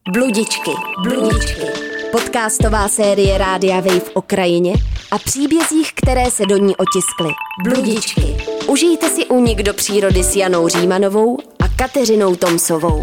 Bludičky. Podcastová série Rádia Wave o krajině a příbězích, které se do ní otiskly. Bludičky. Užijte si únik do přírody s Janou Římanovou a Kateřinou Tomsovou.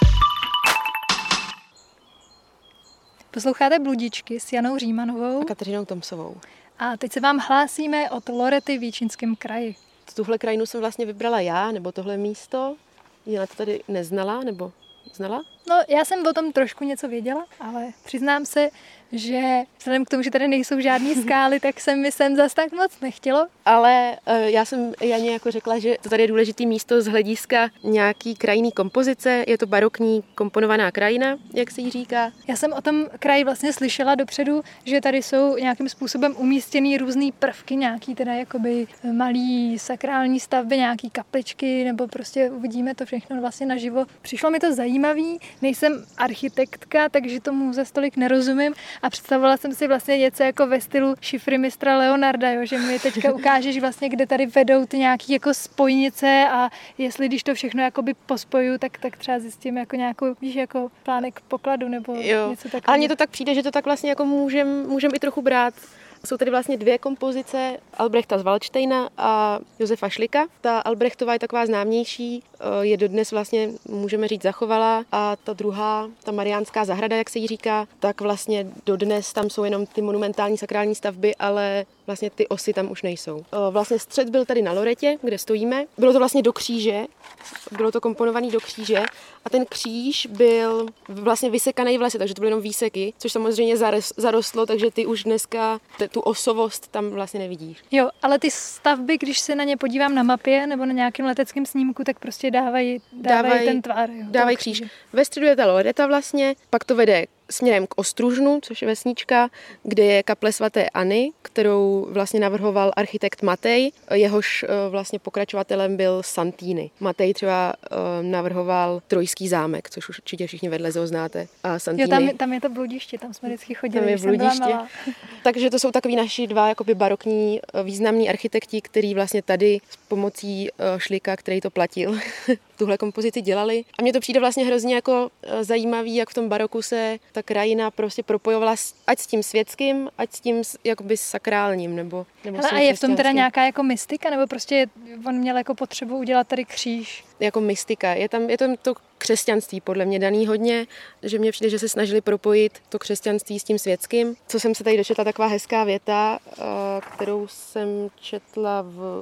Posloucháte Bludičky s Janou Římanovou a Kateřinou Tomsovou. A teď se vám hlásíme od Lorety v Jičínském kraji. Tuhle krajinu jsem vlastně vybrala já, nebo tohle místo. Já to tady neznala, nebo znala? No, já jsem o tom trošku něco věděla, ale přiznám se, že vzhledem k tomu, že tady nejsou žádný skály, tak se mi sem zas tak moc nechtělo. Ale já jsem Janě jako řekla, že to tady je důležitý místo z hlediska nějaký krajinný kompozice. Je to barokní komponovaná krajina, jak se jí říká. Já jsem o tom kraji vlastně slyšela dopředu, že tady jsou nějakým způsobem umístěný různý prvky, nějaký teda jakoby malý sakrální stavby, nějaký kapličky, nebo prostě uvidíme to všechno vlastně naživo. Přišlo mi to zajímavý, nejsem architektka, takže tomu za stolik nerozumím a představovala jsem si vlastně něco jako ve stylu šifry mistra Leonarda, jo, že mi teďka ukážeš vlastně, kde tady vedou ty nějaký jako spojnice a jestli když to všechno jakoby pospoju, tak třeba zjistím jako nějakou, víš, jako plánek pokladu nebo něco takového. Ale mně to tak přijde, že to tak vlastně jako můžem i trochu brát. Jsou tady vlastně dvě kompozice, Albrechta z Valdštejna a Josefa Šlika. Ta Albrechtová je taková známější, je dodnes vlastně, můžeme říct, zachovala a ta druhá, ta Mariánská zahrada, jak se jí říká, tak vlastně dodnes tam jsou jenom ty monumentální sakrální stavby, ale vlastně ty osy tam už nejsou. Vlastně střed byl tady na Loretě, kde stojíme. Bylo to vlastně do kříže, bylo to komponovaný do kříže a ten kříž byl vlastně vysekaný v lese, takže to byly jenom výseky, což samozřejmě zarostlo, takže ty už dneska tu osovost tam vlastně nevidíš. Jo, ale ty stavby, když se na ně podívám na mapě nebo na nějakém leteckém snímku, tak prostě dávají ten tvar. Jo, dávají kříž. Ve středu je ta Loreta vlastně, pak to vede směrem k Ostružnu, což je vesnička, kde je kaple svaté Anny, kterou vlastně navrhoval architekt Matej, jehož vlastně pokračovatelem byl Santini. Matej třeba navrhoval Trojský zámek, což už určitě všichni vedle znáte. A Santini, jo, tam je to bludiště, tam jsme vždycky chodili, tam je když jsem byla malá. Takže to jsou takový naši dva jakoby barokní významní architekti, který vlastně tady s pomocí Šlika, který to platil, tuhle kompozici dělali. A mně to přijde vlastně hrozně jako zajímavý, jak v tom baroku se ta krajina prostě propojovala ať s tím světským, ať s tím jakoby sakrálním, nebo a je v tom teda nějaká jako mystika, nebo prostě on měl jako potřebu udělat tady kříž? Jako mystika. Je tam to křesťanství podle mě daný hodně, že mně přijde, že se snažili propojit to křesťanství s tím světským. Co jsem se tady dočetla, taková hezká věta, kterou jsem četla v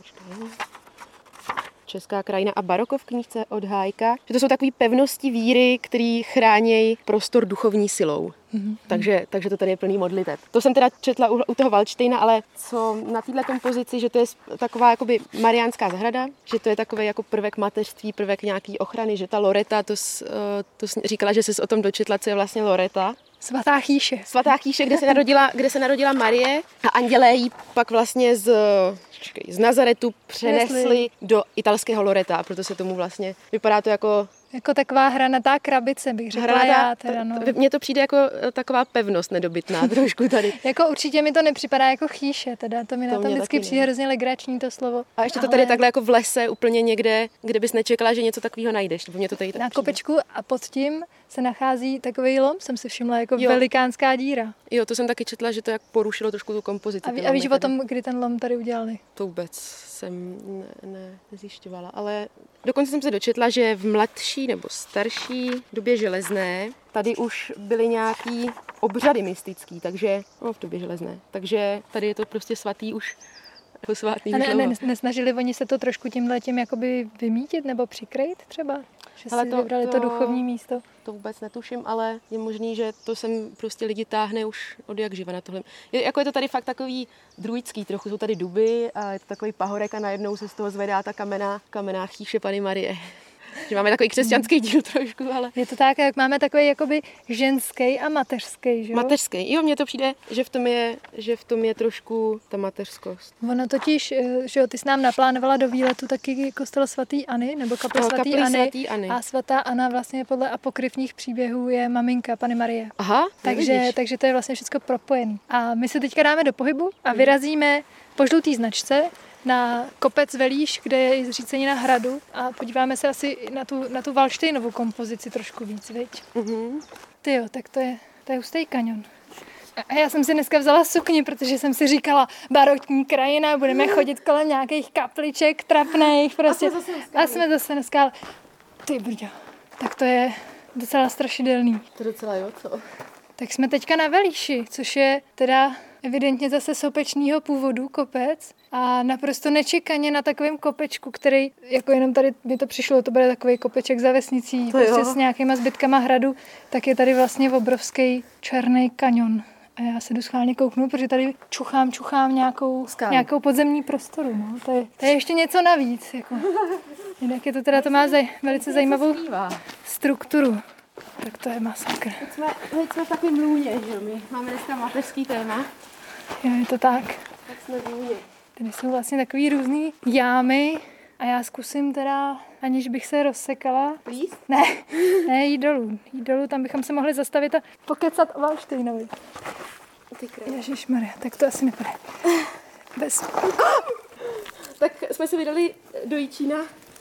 Česká krajina a baroko v knížce od Hájka, že to jsou takové pevnosti víry, které chrání prostor duchovní silou. Mm-hmm. Takže to tady je plný modliteb. To jsem teda četla u toho Valdštejna, ale co na této kompozici, že to je taková jakoby Mariánská zahrada, že to je takový jako prvek mateřství, prvek nějaký ochrany, že ta Loreta, to říkala, že se o tom dočetla, co je vlastně Loreta. Svatá chýše. Svatá chýše, kde se narodila Marie a andělé jí pak vlastně z Nazaretu přenesli do italského Loreta a proto se tomu vlastně vypadá to jako taková hranatá krabice, bych řekla já. Teda, no. Mně to přijde jako taková pevnost nedobytná trošku tady. Jako určitě mi to nepřipadá jako chýše, teda to mi na tom vždycky přijde hrozně legrační to slovo. A ještě to tady takhle jako v lese úplně někde, kde bys nečekala, že něco takového najdeš. Mě to tady tak na kopečku a pod tím se nachází takový lom, jsem si všimla, jako velikánská díra. Jo, to jsem taky četla, že to jak porušilo trošku tu kompozici. A víš o tom, kdy ten lom tady udělali? To vůbec jsem nezjišťovala, ale dokonce jsem se dočetla, že v mladší nebo starší době železné tady už byly nějaký obřady mystický, takže v době železné. Takže tady je to prostě svatý už posvátný. Nesnažili oni se to trošku tímhletím jakoby vymítit nebo přikrýt třeba? Že si vybrali to duchovní místo? To vůbec netuším, ale je možný, že to sem prostě lidi táhne už od jak živa na tohle. Je to tady fakt takový druidský, trochu jsou tady duby a je to takový pahorek a najednou se z toho zvedá ta kamenná chýše Panny Marie. Že máme takový křesťanský díl trošku, ale... Je to tak, jak máme takový jakoby ženský a mateřský, že jo? Mateřský. Jo, mně to přijde, že v tom je trošku ta mateřskost. Ono totiž, že jo, ty jsi nám naplánovala do výletu taky kostel svatý Anny, nebo kaple svatý Anny. A svatá Anna vlastně podle apokryfních příběhů je maminka Panny Marie. Aha, takže to je vlastně všechno propojené. A my se teďka dáme do pohybu a vyrazíme po žlutý značce na kopec Velíš, kde je zřícenina hradu a podíváme se asi na tu Valdštejnovou kompozici trošku víc, viď? Tyjo, tak to je hustý kaňon. A já jsem si dneska vzala sukni, protože jsem si říkala barokní krajina, budeme chodit kolem nějakých kapliček trapných prostě. A jsme zase na skále. Ty brďo, tak to je docela strašidelný. To docela jo, co? Tak jsme teďka na Velíši, což je teda evidentně zase sopečného původu kopec a naprosto nečekaně na takovém kopečku, který, jako jenom tady mi to přišlo, to bude takový kopeček za vesnicí, prostě s nějakýma zbytkama hradu, tak je tady vlastně obrovský černý kaňon. A já se jdu schválně kouknu, protože tady čuchám nějakou podzemní prostoru. No. To je ještě něco navíc. Jako. Jinak je to teda, to má velice zajímavou strukturu. Tak to je masakr. Teď jsme v takovém lůně, že my máme dneska mateřský téma. Jo, je to tak. Tak jsme v lůně. Tady jsou vlastně takový různý jámy a já zkusím teda, aniž bych se rozsekala. Plíst? Ne, jít dolů. Tam bychom se mohli zastavit a pokecat o Valdštejnovi. Ježišmarja, tak to asi nepůjde. Tak jsme se vydali do Jičína,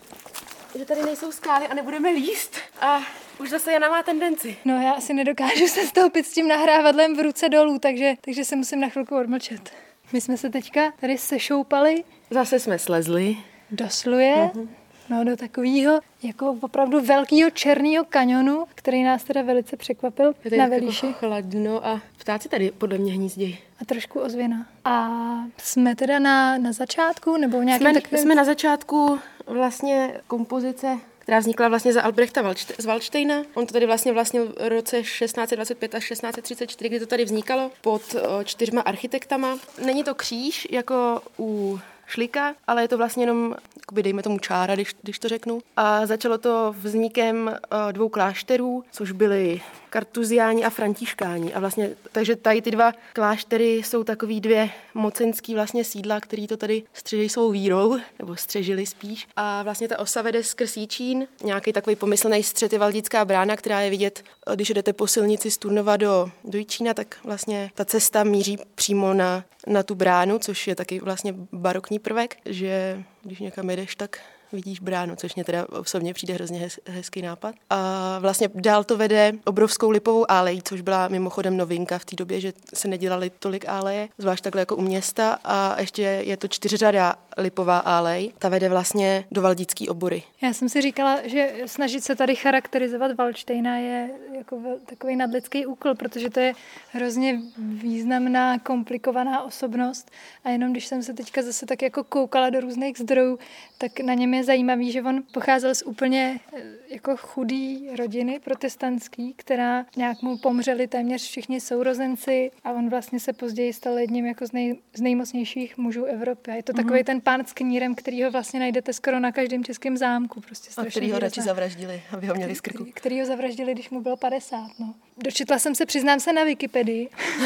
že tady nejsou skály a nebudeme líst. A už zase Jana má tendenci. No já asi nedokážu se stoupit s tím nahrávadlem v ruce dolů, takže se musím na chvilku odmlčet. My jsme se teďka tady sešoupali. Zase jsme slezli. Do sluje. No, do takového jako opravdu velkého černého kaňonu, který nás teda velice překvapil na Velíši. Jako chladno a ptáci tady podle mě hnízdějí. A trošku ozvěna. A jsme teda na začátku, nebo nějakým takovým... Jsme na začátku vlastně kompozice, která vznikla vlastně za Albrechta z Valdštejna. On to tady vlastně v roce 1625 až 1634, kdy to tady vznikalo pod 4 architektama. Není to kříž jako u Šlika, ale je to vlastně jenom, dejme tomu čára, když to řeknu. A začalo to vznikem 2 klášterů, což byly kartuziáni a františkáni. A vlastně, takže tady ty 2 kláštery jsou takový 2 mocenský vlastně sídla, který to tady střeží svou vírou, nebo střežili spíš. A vlastně ta osa vede skrz Jičín, nějaký takový pomyslný střed je Valdická brána, která je vidět, když jdete po silnici z Turnova do Jičína, tak vlastně ta cesta míří přímo na tu bránu, což je taky vlastně barokní prvek, že když někam jedeš, tak vidíš bránu, což mě teda osobně přijde hrozně hezký nápad. A vlastně dál to vede obrovskou lipovou alejí, což byla mimochodem novinka v té době, že se nedělaly tolik aleje, zvlášť takhle jako u města. A ještě je to 4řadá lipová alej. Ta vede vlastně do Valdický obory. Já jsem si říkala, že snažit se tady charakterizovat Valdštejna je jako takový nadlidský úkol, protože to je hrozně významná, komplikovaná osobnost. A jenom když jsem se teďka zase tak jako koukala do různých zdrojů, tak na něm je zajímavý, že on pocházel z úplně jako chudý rodiny protestantský, která nějak mu pomřeli téměř všichni sourozenci a on vlastně se později stal jedním jako z nejmocnějších mužů Evropy. A je to takový ten pán s knírem, kterýho vlastně najdete skoro na každém českém zámku. Prostě a který ho radši zavraždili, aby ho měli z krku. Který ho zavraždili, když mu bylo 50. No. Dočetla jsem se, přiznám se na Wikipedii,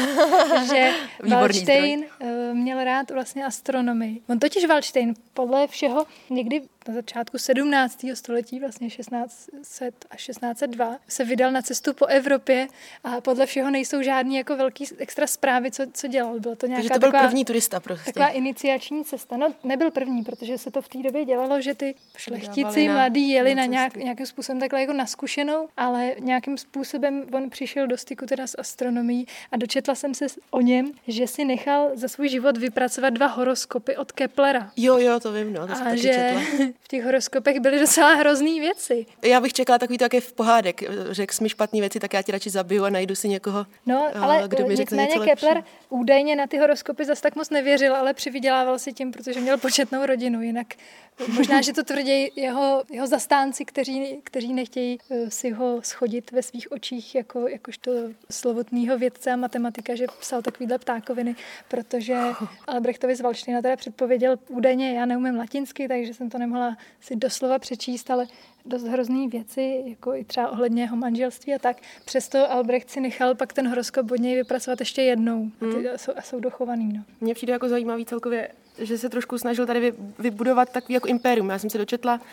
že Valdštejn měl rád vlastně astronomii. On totiž Valdštejn podle všeho někdy na začátku 17. století, vlastně 1600 až 1602, se vydal na cestu po Evropě a podle všeho nejsou žádný jako velký extra zprávy, co dělal. Bylo to nějaká takže to byl první turista prostě. Taková iniciační cesta. No, nebyl první, protože se to v té době dělalo, že ty šlechtici mladí jeli na nějakým způsobem takhle jako na zkušenou, ale nějakým způsobem on přišel do styku teda s astronomií a dočetla jsem se o něm, že si nechal za svůj život vypracovat 2 horoskopy od Keplera. Jo, to vím, no, to jsem taky četla. V těch horoskopech byly docela hrozný věci. Já bych čekala takový to, jak je v pohádek. Řekl jsi mi špatný věci, tak já ti radši zabiju a najdu si někoho, kdo mi řekne něco Kepler lepší. údajně na ty horoskopy zas tak moc nevěřil, ale přivydělával si tím, protože měl početnou rodinu. Jinak možná, že to tvrdí jeho zastánci, kteří nechtějí si ho schodit ve svých očích jakožto slovotného vědce a matematika, že psal takovýhle ptákoviny, protože Albrechtovi z Valdštejna teda předpověděl údajně, já neumím latinsky, takže jsem to nemohla si doslova přečíst, ale dost hrozný věci, jako i třeba ohledně jeho manželství a tak. Přesto Albrecht si nechal pak ten horoskop od něj vypracovat ještě jednou a jsou dochovaný. No. Mně přijde jako zajímavý celkově, že se trošku snažil tady vybudovat takový jako impérium. Já jsem se dočetla,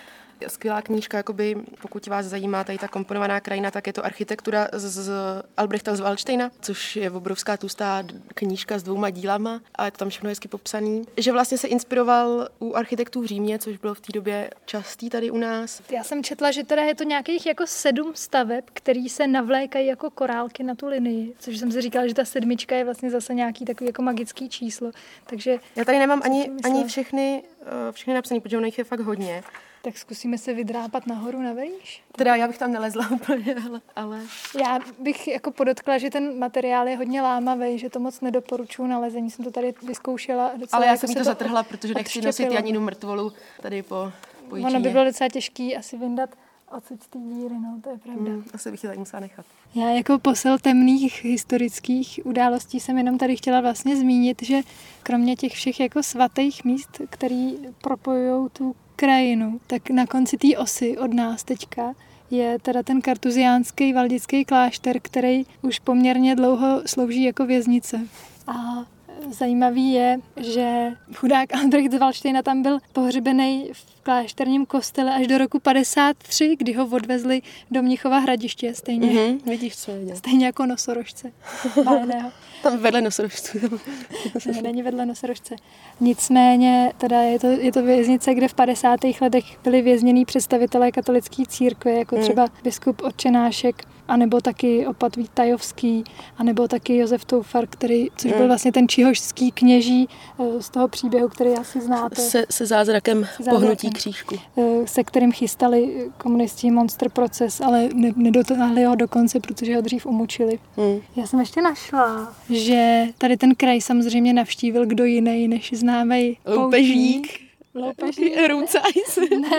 skvělá knížka, jakoby, pokud vás zajímá tady ta komponovaná krajina, tak je to architektura z Albrechta z Valdštejna, což je obrovská tlustá knížka s 2 dílama a je to tam všechno hezky popsaný. Že vlastně se inspiroval u architektů v Římě, což bylo v té době častý tady u nás. Já jsem četla, že teda je to nějakých jako 7 staveb, který se navlékají jako korálky na tu linii, což jsem si říkala, že ta 7 je vlastně zase nějaký takový jako magický číslo. Takže já tady nemám ani všechny napsaný, protože ono jich je fakt hodně. Tak zkusíme se vydrápat nahoru na výš. Teda já bych tam nelezla úplně, ale... Já bych jako podotkla, že ten materiál je hodně lámavý, že to moc nedoporučuji na lezení. Jsem to tady vyzkoušela. Ale já jsem jí to zatrhla, protože nechci nosit Janinu mrtvolu tady po Jičíně. Ono by bylo docela těžký asi vyndat odsud z té díry, no, to je pravda. Asi bych ji tady musela nechat. Já jako posel temných historických událostí jsem jenom tady chtěla vlastně zmínit, že kromě těch všech jako svatých míst, který propojují tu krajinu, tak na konci té osy od nás teďka je teda ten kartuziánský valdický klášter, který už poměrně dlouho slouží jako věznice. A zajímavý je, že chudák Albrecht z Valdštejna tam byl pohřbený v klášterním kostele až do roku 53, kdy ho odvezli do Mnichova Hradiště, stejně, vidíš, co je. Stejně jako nosorožce. Baleného. Tam vedle nosorožců. Ne, není vedle nosorožce. Nicméně teda je to věznice, kde v 50. letech byli věznění představitelé katolické církve, jako třeba biskup Otčenášek, anebo taky opat Vít Tajovský, anebo taky Josef Toufar, což byl vlastně ten čihožský kněží z toho příběhu, který asi znáte. Se zázrakem pohnutí křížku. Se kterým chystali komunisti monster proces, ale nedotáhli ho do konce, protože ho dřív umučili. Já jsem ještě našla, že tady ten kraj samozřejmě navštívil kdo jiný, než známý loupežník. Rumcajs.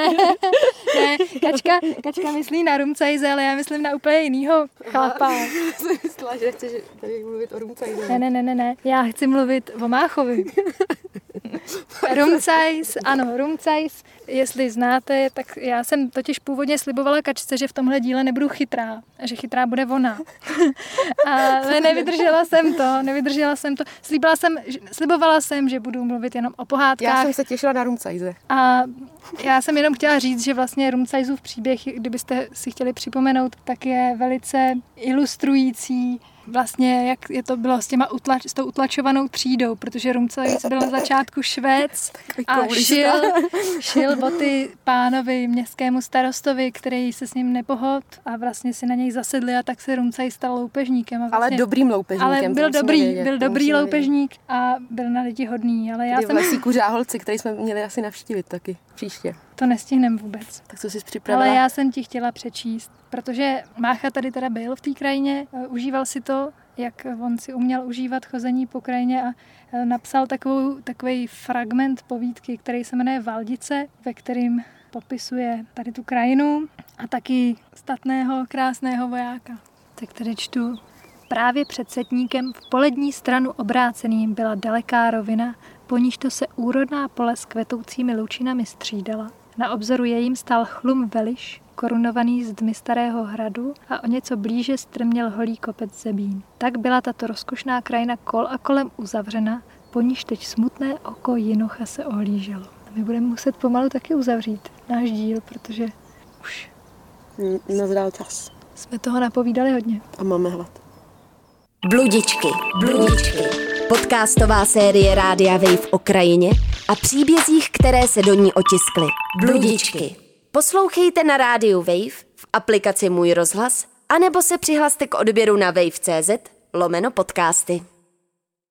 Ne, Kačka myslí na Rumcajse, ale já myslím na úplně jinýho chlapa. Jsem myslela, že chceš tady mluvit o Rumcajse. Ne. Já chci mluvit o Máchovi. Rumcajs, ano, Rumcajs, jestli znáte, tak já jsem totiž původně slibovala Kačce, že v tomhle díle nebudu chytrá, že chytrá bude ona. Ale nevydržela jsem to. Slibovala jsem, že budu mluvit jenom o pohádkách. Já jsem se těšila na Rumcajse. A já jsem jenom chtěla říct, že vlastně Rumcajsův příběh, kdybyste si chtěli připomenout, tak je velice ilustrující vlastně, jak je to bylo s tou utlačovanou třídou, protože Rumcajs byl na začátku Švéd a šil boty pánovi, městskému starostovi, který se s ním nepohod a vlastně si na něj zasedli a tak se Rumcajs stal loupežníkem. A vlastně, ale dobrým loupežníkem. Ale byl dobrý loupežník a byl na lidi hodný. Ale já jsem... v Lesíku Žáholci, který jsme měli asi navštívit taky příště. To nestihnem vůbec. Tak co jsi připravila? Ale já jsem ti chtěla přečíst, protože Mácha tady teda byl v té krajině, užíval si to, jak on si uměl užívat chození po krajině a napsal takový fragment povídky, který se jmenuje Valdice, ve kterým popisuje tady tu krajinu a taky statného, krásného vojáka. Tak tady čtu. Právě před setníkem v polední stranu obráceným byla daleká rovina, po níž to se úrodná pole s kvetoucími lučinami střídala. Na obzoru jejím stál chlum Veliš, korunovaný zdmi starého hradu a o něco blíže strměl holý kopec Zebín. Tak byla tato rozkošná krajina kol a kolem uzavřena, po níž teď smutné oko Jinocha se ohlíželo. A my budeme muset pomalu taky uzavřít náš díl, protože už nazrál čas. Jsme toho napovídali hodně. A máme hlad. Bludičky. Podcastová série Rádia Wave o krajině a příbězích, které se do ní otiskly. Bludičky. Poslouchejte na rádiu Wave, v aplikaci Můj rozhlas, anebo se přihlaste k odběru na wave.cz/podcasty.